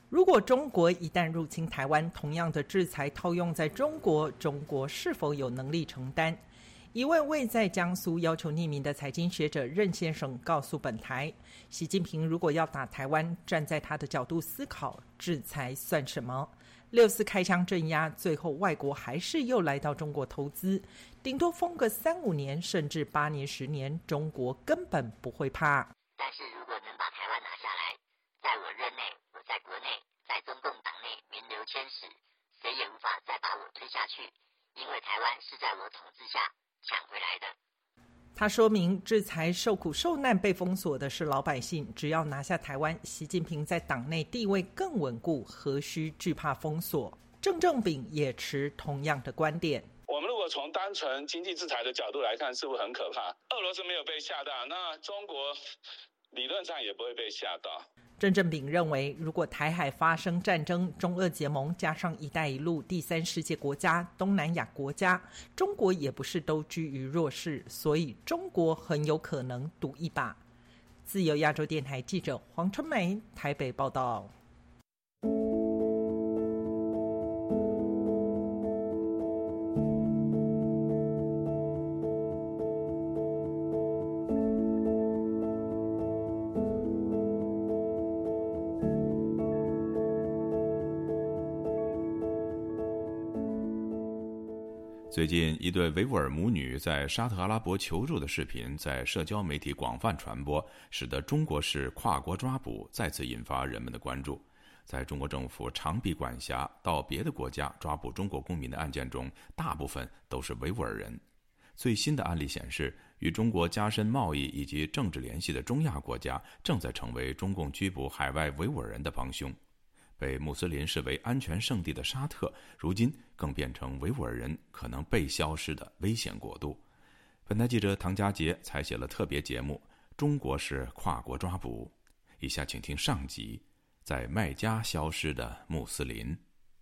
如果中国一旦入侵台湾，同样的制裁套用在中国，中国是否有能力承担？一位位在江苏要求匿名的财经学者任先生告诉本台，习近平如果要打台湾，站在他的角度思考，制裁算什么？6·4开枪镇压，最后外国还是又来到中国投资，顶多封个3-5年，甚至8年10年，中国根本不会怕。 但是如果能把台湾拿下来，在我任内，我在国内，在中共党内名留千史，谁也无法再把我推下去，因为台湾是在我统治下抢回来的。 他说明，制裁受苦受难被封锁的是老百姓，只要拿下台湾，习近平在党内地位更稳固，何须惧怕封锁？郑正炳也持同样的观点。 我们如果从单纯经济制裁的角度来看，是不是很可怕？俄罗斯没有被吓到，那中国理论上也不会被吓到。 郑正炳认为，如果台海发生战争，中俄结盟加上一带一路、第三世界国家、东南亚国家，中国也不是都居于弱势，所以中国很有可能赌一把。自由亚洲电台记者黄春梅台北报道。 最近，一对维吾尔母女在沙特阿拉伯求助的视频在社交媒体广泛传播，使得中国式跨国抓捕再次引发人们的关注。在中国政府长臂管辖到别的国家抓捕中国公民的案件中，大部分都是维吾尔人。最新的案例显示，与中国加深贸易以及政治联系的中亚国家正在成为中共拘捕海外维吾尔人的帮凶。被穆斯林视为安全圣地的沙特，如今更变成维吾尔人可能被消失的危险国度。本台记者唐佳杰采写了特别节目《中国式跨国抓捕》，以下请听上集：在麦加消失的穆斯林。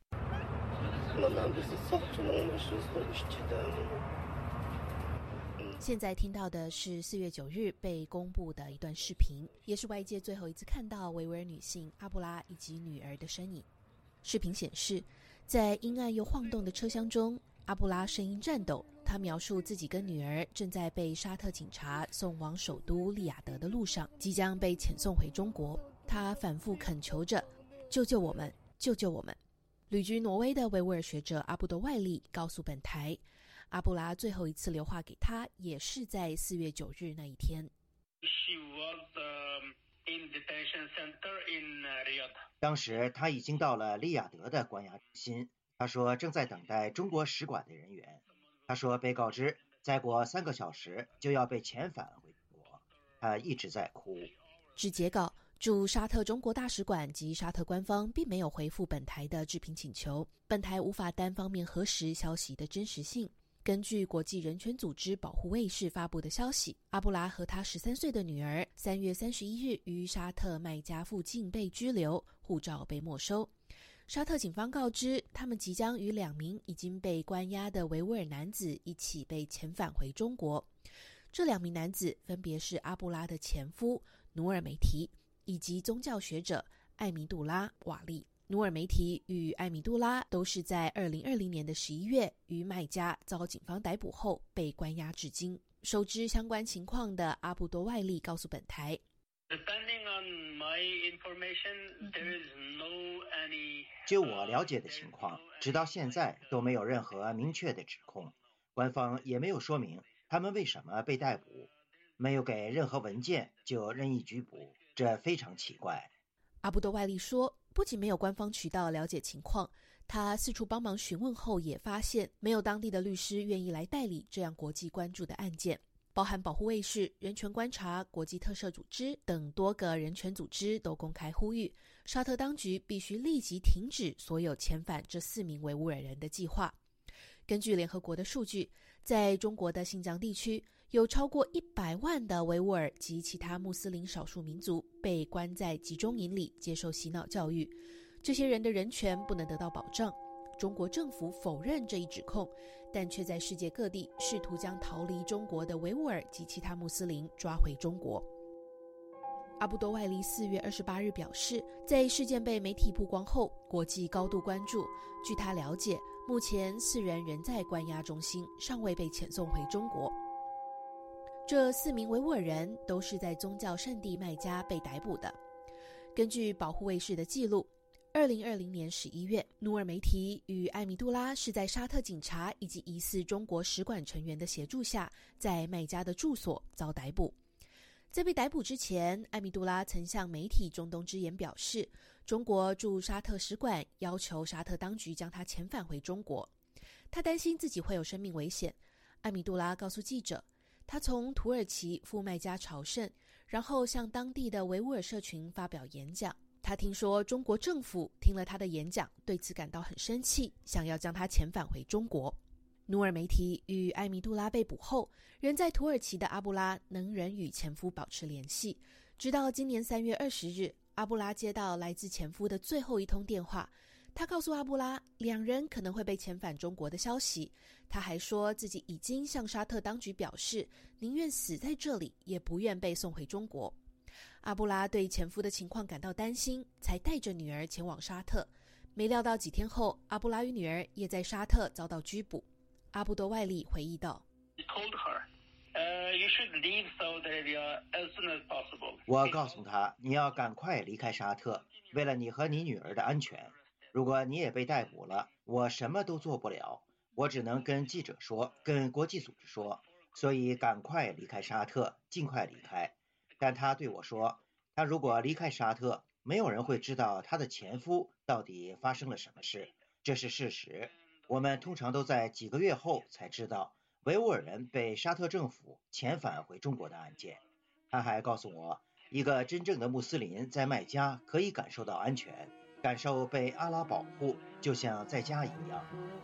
现在听到的是4月9日被公布的一段视频，也是外界最后一次看到维吾尔女性阿布拉以及女儿的身影。视频显示，在阴暗又晃动的车厢中，阿布拉声音颤抖，她描述自己跟女儿正在被沙特警察送往首都利雅得的路上，即将被遣送回中国。她反复恳求着：“救救我们，救救我们！”旅居挪威的维吾尔学者阿布多外利告诉本台，阿布拉最后一次留话给他，也是在4月9日那一天。 当时他已经到了利雅得的关押中心。他说正在等待中国使馆的人员。他说被告知再过3个小时就要被遣返回中国。他一直在哭。 至截稿，驻沙特中国大使馆及沙特官方并没有回复本台的置评请求，本台无法单方面核实消息的真实性。根据国际人权组织保护卫士发布的消息，阿布拉和他13岁的女儿3月31日于沙特麦加附近被拘留，护照被没收。沙特警方告知，他们即将与2名已经被关押的维吾尔男子一起被遣返回中国。这2名男子分别是阿布拉的前夫努尔梅提以及宗教学者艾米杜拉·瓦利。努尔梅提与艾米杜拉都是在2020年的11月于麦加遭警方逮捕后被关押至今。熟知相关情况的阿布多外利告诉本台， 就我了解的情况，直到现在都没有任何明确的指控，官方也没有说明他们为什么被逮捕，没有给任何文件就任意拘捕，这非常奇怪。 阿布多外利说，不仅没有官方渠道了解情况，他四处帮忙询问后也发现没有当地的律师愿意来代理这样国际关注的案件。包含保护卫士、人权观察、国际特赦组织等多个人权组织都公开呼吁，沙特当局必须立即停止所有遣返这4名维吾尔人的计划。根据联合国的数据，在中国的新疆地区，有超过100万的维吾尔及其他穆斯林少数民族被关在集中营里接受洗脑教育，这些人的人权不能得到保障。中国政府否认这一指控，但却在世界各地试图将逃离中国的维吾尔及其他穆斯林抓回中国。 阿布多外利4月28日表示，在事件被媒体曝光后，国际高度关注。据他了解，目前4人仍在关押中心，尚未被遣送回中国。这4名维吾尔人都是在宗教圣地麦加被逮捕的。根据保护卫士的记录，2020年11月，努尔梅提与艾米杜拉是在沙特警察以及疑似中国使馆成员的协助下，在麦加的住所遭逮捕。在被逮捕之前，艾米杜拉曾向媒体中东之眼表示，中国驻沙特使馆要求沙特当局将他遣返回中国。他担心自己会有生命危险。艾米杜拉告诉记者，他从土耳其赴麦加朝圣，然后向当地的维吾尔社群发表演讲。他听说中国政府听了他的演讲，对此感到很生气，想要将他遣返回中国。努尔梅提与艾米杜拉被捕后，人在土耳其的阿布拉仍与前夫保持联系，直到今年3月20日，阿布拉接到来自前夫的最后一通电话。他告诉阿布拉，2人可能会被遣返中国的消息。他还说自己已经向沙特当局表示，宁愿死在这里，也不愿被送回中国。阿布拉对前夫的情况感到担心，才带着女儿前往沙特。没料到几天后，阿布拉与女儿也在沙特遭到拘捕。阿布多外利回忆道， 我告诉他，你要赶快离开沙特，为了你和你女儿的安全。如果你也被逮捕了，我什么都做不了，我只能跟记者说，跟国际组织说，所以赶快离开沙特，尽快离开。但他对我说，他如果离开沙特，没有人会知道他的前夫到底发生了什么事，这是事实。我们通常都在几个月后才知道维吾尔人被沙特政府遣返回中国的案件。他还告诉我，一个真正的穆斯林在麦加可以感受到安全，感受被阿拉保护，就像在家一样。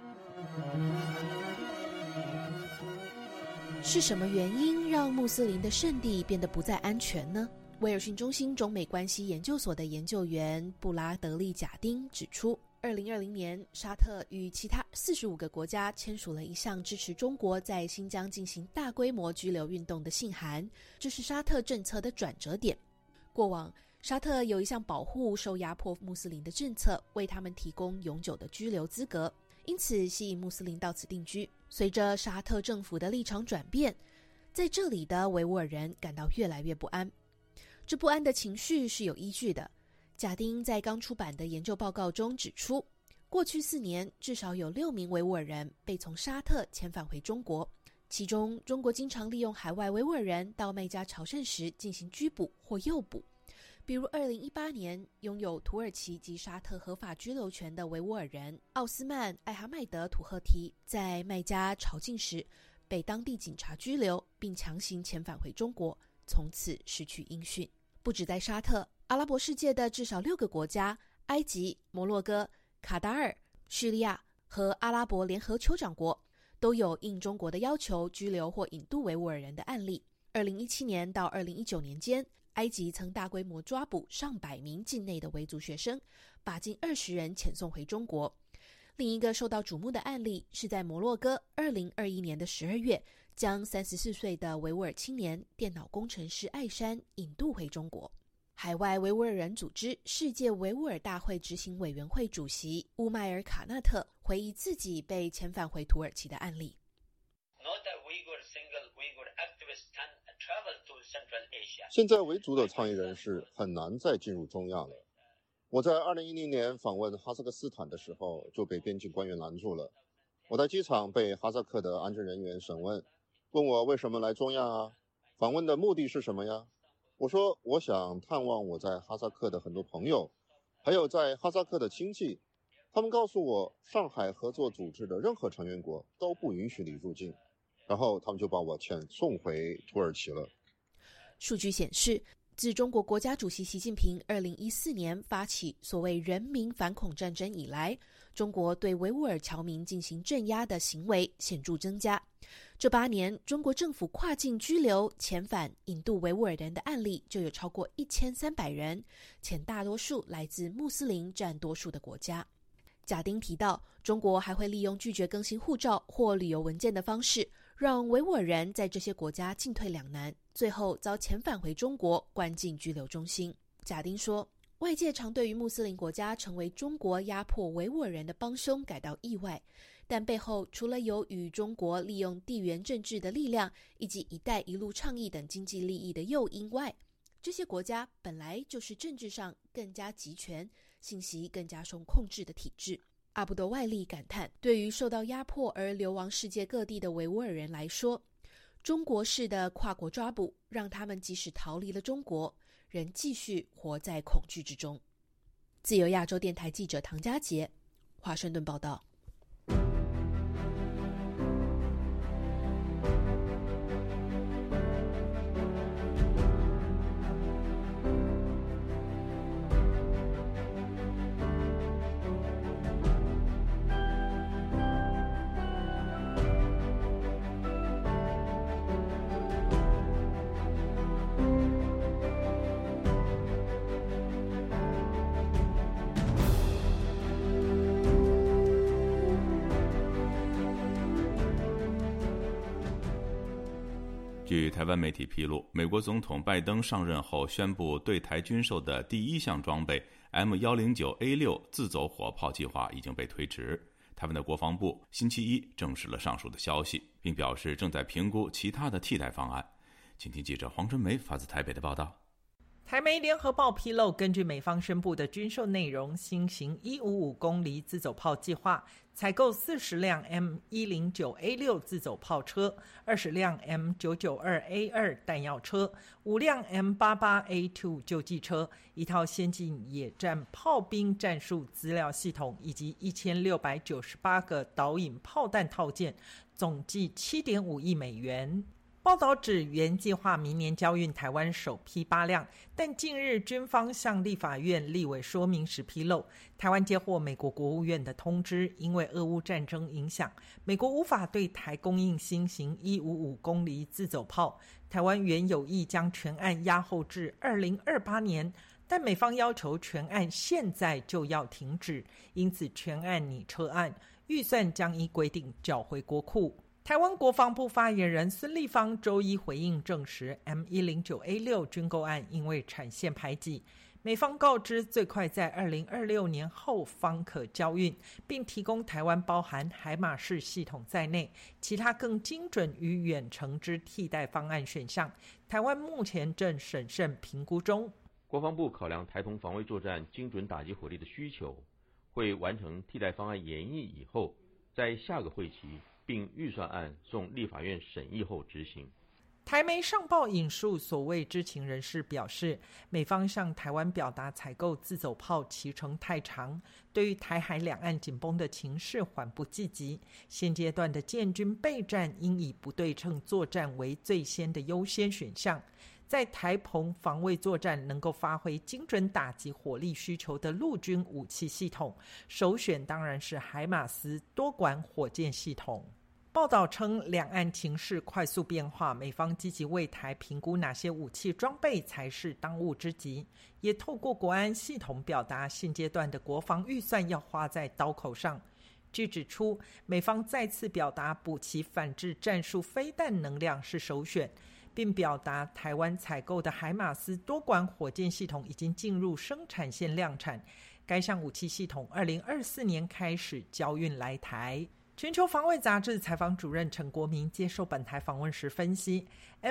是什么原因让穆斯林的圣地变得不再安全呢？威尔逊中心中美关系研究所的研究员布拉德利·贾丁指出，2020年，沙特与其他45个国家签署了一项支持中国在新疆进行大规模拘留运动的信函，这是沙特政策的转折点。过往，沙特有一项保护受压迫穆斯林的政策，为他们提供永久的居留资格，因此吸引穆斯林到此定居。随着沙特政府的立场转变，在这里的维吾尔人感到越来越不安。这不安的情绪是有依据的。贾丁在刚出版的研究报告中指出，过去4年至少有6名维吾尔人被从沙特遣返回中国，其中中国经常利用海外维吾尔人到麦加朝圣时进行拘捕或诱捕。比如2018年，拥有土耳其及沙特合法居留权的维吾尔人奥斯曼·艾哈迈德·土赫提在麦加朝觐时被当地警察拘留，并强行遣返回中国，从此失去音讯。不止在沙特，阿拉伯世界的至少6个国家——埃及、摩洛哥、卡达尔、叙利亚和阿拉伯联合酋长国——都有应中国的要求拘留或引渡维吾尔人的案例。2017年到2019年间，埃及曾大规模抓捕上百名境内的维族学生，把近20人遣送回中国。另一个受到瞩目的案例是在摩洛哥2021年的12月，将34岁的维吾尔青年电脑工程师艾珊引渡回中国。海外维吾尔人组织世界维吾尔大会执行委员会主席乌迈尔·卡纳特回忆自己被遣返回土耳其的案例。 现在维族的倡议人士很难再进入中亚了。我在2010年访问哈萨克斯坦的时候就被边境官员拦住了。我在机场被哈萨克的安全人员审问，问我为什么来中亚啊？访问的目的是什么呀？我说我想探望我在哈萨克的很多朋友，还有在哈萨克的亲戚。他们告诉我，上海合作组织的任何成员国都不允许你入境，然后他们就把我遣送回土耳其了。 数据显示，自中国国家主席习近平2014年发起所谓人民反恐战争以来，中国对维吾尔侨民进行镇压的行为显著增加。这8年，中国政府跨境拘留、遣返、引渡维吾尔人的案例就有超过1300人，且大多数来自穆斯林占多数的国家。贾丁提到，中国还会利用拒绝更新护照或旅游文件的方式， 让维吾尔人在这些国家进退两难，最后遭遣返回中国，关进拘留中心。贾丁说，外界常对于穆斯林国家成为中国压迫维吾尔人的帮凶感到意外，但背后除了有与中国利用地缘政治的力量以及一带一路倡议等经济利益的诱因外，这些国家本来就是政治上更加集权、信息更加受控制的体制。阿布德外利感叹，对于受到压迫而流亡世界各地的维吾尔人来说，中国式的跨国抓捕让他们即使逃离了中国，仍继续活在恐惧之中。自由亚洲电台记者唐佳杰，华盛顿报道。 据台湾媒体披露，美国总统拜登上任后宣布对台军售的第一项装备 M109A6 自走火炮计划已经被推迟。台湾的国防部星期一证实了上述的消息，并表示正在评估其他的替代方案。请听记者黄春梅发自台北的报道。 台媒联合报披露，根据美方宣布的军售内容，新型155公里自走炮计划采购40辆 M109A6 自走炮车、20辆 M992A2 弹药车、5辆 M88A2 救济车、一套先进野战炮兵战术资料系统以及1698个导引炮弹套件，总计7.5亿美元。报道指，原计划明年交运台湾首批8辆，但近日军方向立法院立委说明时披露，台湾接获美国国务院的通知，因为俄乌战争影响，美国无法对台供应新型155公里自走炮，台湾原有意将全案押后至2028年，但美方要求全案现在就要停止，因此全案拟撤案，预算将依规定缴回国库。台湾国防部发言人孙立方周一回应证实 M109A6 军购案因为产线排挤，美方告知最快在2026年后方可交运，并提供台湾包含海马式系统在内其他更精准与远程之替代方案选项，台湾目前正审慎评估中。 国防部考量台统防卫作战精准打击火力的需求，会完成替代方案研议以后，在下个会期并预算案送立法院审议后执行。 台媒上报引述所谓知情人士表示，美方向台湾表达采购自走炮期程太长，对于台海两岸紧绷的情势缓不济急，现阶段的建军备战应以不对称作战为最先的优先选项。在台澎防卫作战能够发挥精准打击火力需求的陆军武器系统，首选当然是海马斯多管火箭系统。报道称，两岸情势快速变化，美方积极为台评估哪些武器装备才是当务之急，也透过国安系统表达现阶段的国防预算要花在刀口上。据指出，美方再次表达补齐反制战术飞弹能量是首选，并表达台湾采购的海马斯多管火箭系统已经进入生产线量产，该项武器系统2024年开始交运来台。全球防卫杂志采访主任陈国民接受本台访问时分析，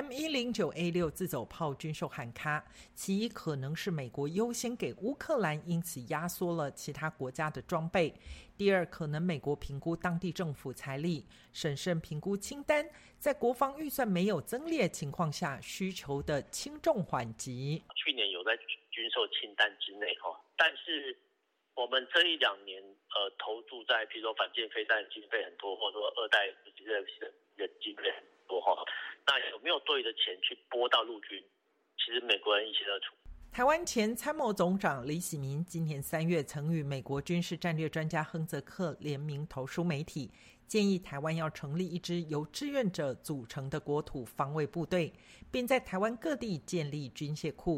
M109A6 自走炮军售喊卡，其一可能是美国优先给乌克兰，因此压缩了其他国家的装备；第二，可能美国评估当地政府财力，审慎评估清单，在国防预算没有增列情况下需求的轻重缓急。 去年有在军售清单之内，但是我们这一两年投注在比如说反舰飞弹经费很多，或者说二代的经费很多，那有没有多余的钱去拨到陆军，其实美国人一清二楚。 台湾前参谋总长李喜明今年3月曾与美国军事战略专家亨泽克联名投书媒体，建议台湾要成立一支由志愿者组成的国土防卫部队，并在台湾各地建立军械库。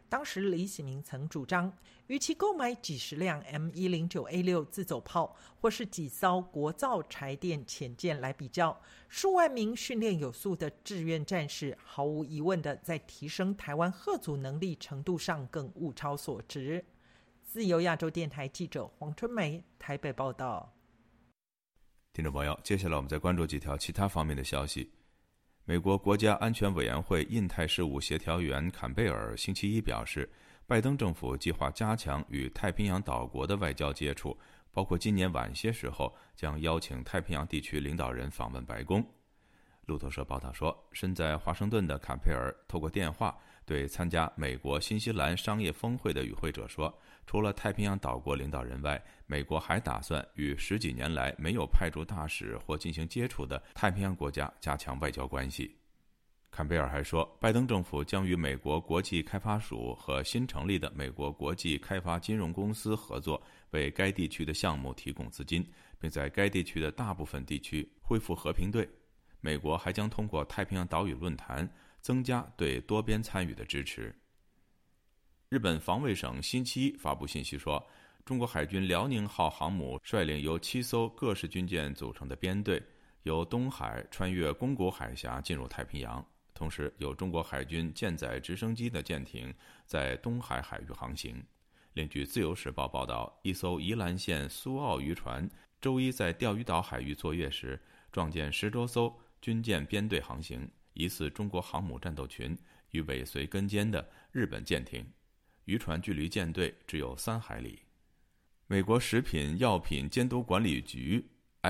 当时李喜明曾主张，与其购买几十辆 M109A6 自走炮或是几艘国造柴电潜舰来比较，数万名训练有素的志愿战士毫无疑问的在提升台湾嚇阻能力程度上更物超所值。自由亚洲电台记者黄春梅台北报道。 听众朋友，接下来我们再关注几条其他方面的消息。美国国家安全委员会印太事务协调员坎贝尔星期一表示，拜登政府计划加强与太平洋岛国的外交接触，包括今年晚些时候将邀请太平洋地区领导人访问白宫。路透社报道说，身在华盛顿的坎佩尔透过电话对参加美国新西兰商业峰会的与会者说，除了太平洋岛国领导人外，美国还打算与十几年来没有派驻大使或进行接触的太平洋国家加强外交关系。坎贝尔还说，拜登政府将与美国国际开发署和新成立的美国国际开发金融公司合作，为该地区的项目提供资金，并在该地区的大部分地区恢复和平队。美国还将通过太平洋岛屿论坛增加对多边参与的支持。日本防卫省星期一发布信息说，中国海军辽宁号航母率领由7艘各式军舰组成的编队，由东海穿越宫古海峡进入太平洋，同时有中国海军舰载直升机的舰艇在东海海域航行。另据自由时报报道，一艘宜兰县苏澳渔船周一在钓鱼岛海域作业时，撞见10多艘军舰编队航行，疑似中国航母战斗群与尾随跟监的日本舰艇。渔船距离舰队只有3海里。美国食品药品监督管理局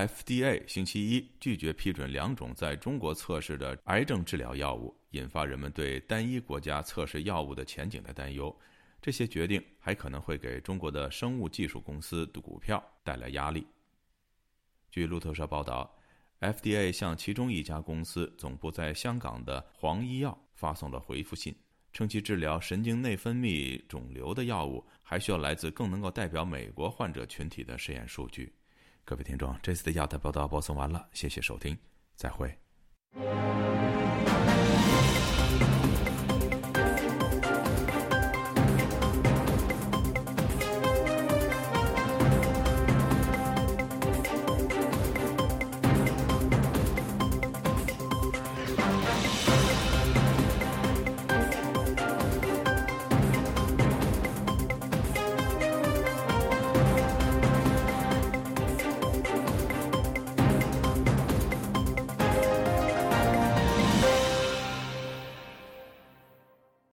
FDA 星期一拒绝批准2种在中国测试的癌症治疗药物，引发人们对单一国家测试药物的前景的担忧。这些决定还可能会给中国的生物技术公司的股票带来压力。据路透社报道， FDA 向其中一家公司总部在香港的黄医药发送了回复信，称其治疗神经内分泌肿瘤的药物还需要来自更能够代表美国患者群体的实验数据。各位听众，这次的亚太报道播送完了，谢谢收听，再会。